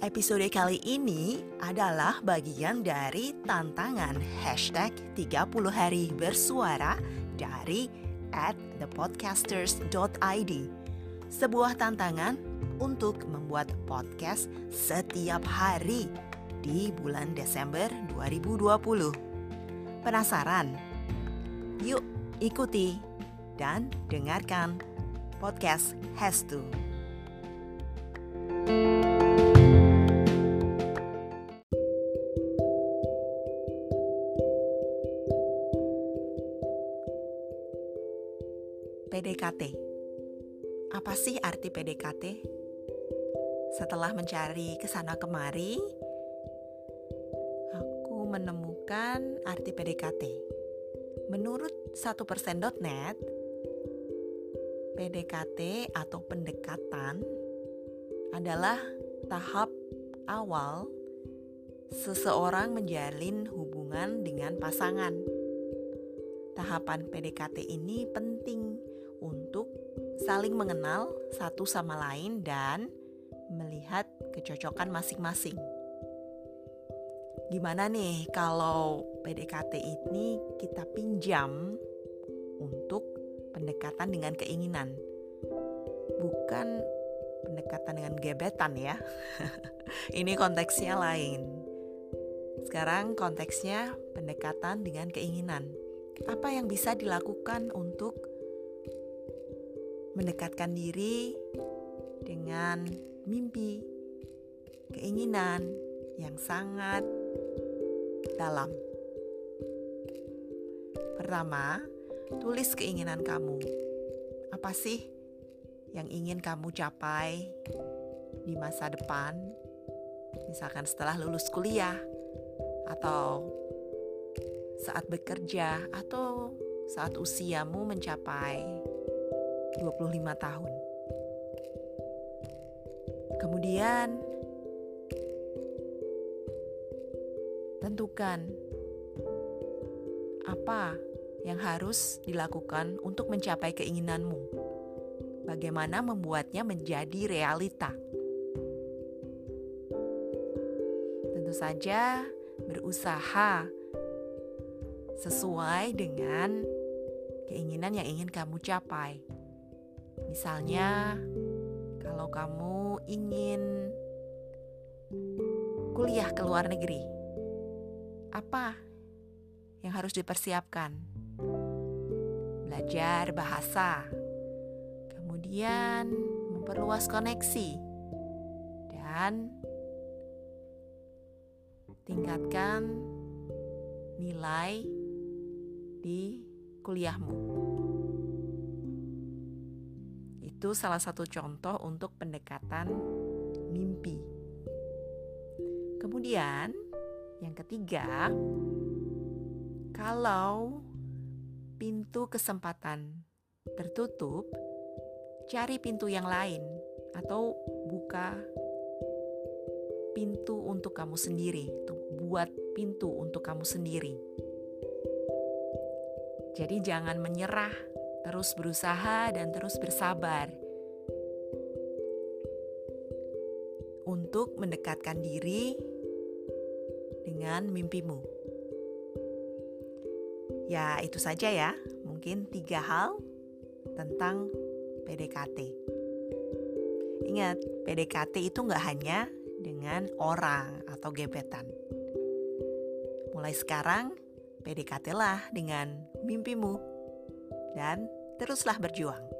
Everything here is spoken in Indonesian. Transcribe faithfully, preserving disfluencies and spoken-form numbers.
Episode kali ini adalah bagian dari tantangan hashtag tiga puluh hari bersuara dari at thepodcasters dot i d. Sebuah tantangan untuk membuat podcast setiap hari di bulan Desember dua ribu dua puluh. Penasaran? Yuk ikuti dan dengarkan podcast Hestu. P D K T. Apa sih arti P D K T? Setelah mencari kesana kemari, aku menemukan arti P D K T. Menurut satu persen dot net, P D K T atau pendekatan adalah tahap awal seseorang menjalin hubungan dengan pasangan. Tahapan P D K T ini penting untuk saling mengenal satu sama lain dan melihat kecocokan masing-masing. Gimana nih kalau P D K T ini kita pinjam untuk pendekatan dengan keinginan, bukan pendekatan dengan gebetan ya. Ini konteksnya lain. Sekarang konteksnya pendekatan dengan keinginan. Apa yang bisa dilakukan untuk mendekatkan diri dengan mimpi, keinginan yang sangat dalam? Pertama, tulis keinginan kamu. Apa sih yang ingin kamu capai di masa depan? Misalkan setelah lulus kuliah, atau saat bekerja, atau saat usiamu mencapai dua puluh lima tahun. Kemudian tentukan apa yang harus dilakukan untuk mencapai keinginanmu. Bagaimana membuatnya menjadi realita. Tentu saja berusaha sesuai dengan keinginan yang ingin kamu capai. Misalnya, kalau kamu ingin kuliah ke luar negeri, apa yang harus dipersiapkan? Belajar bahasa, kemudian memperluas koneksi, dan tingkatkan nilai di kuliahmu. Itu salah satu contoh untuk pendekatan mimpi. Kemudian yang ketiga, kalau pintu kesempatan tertutup, cari pintu yang lain atau buka pintu untuk kamu sendiri. Buat pintu untuk kamu sendiri. Jadi jangan menyerah, terus berusaha dan terus bersabar untuk mendekatkan diri dengan mimpimu. Ya, itu saja ya. Mungkin tiga hal tentang P D K T. Ingat, P D K T itu gak hanya dengan orang atau gebetan. Mulai sekarang, P D K T lah dengan mimpimu dan teruslah berjuang.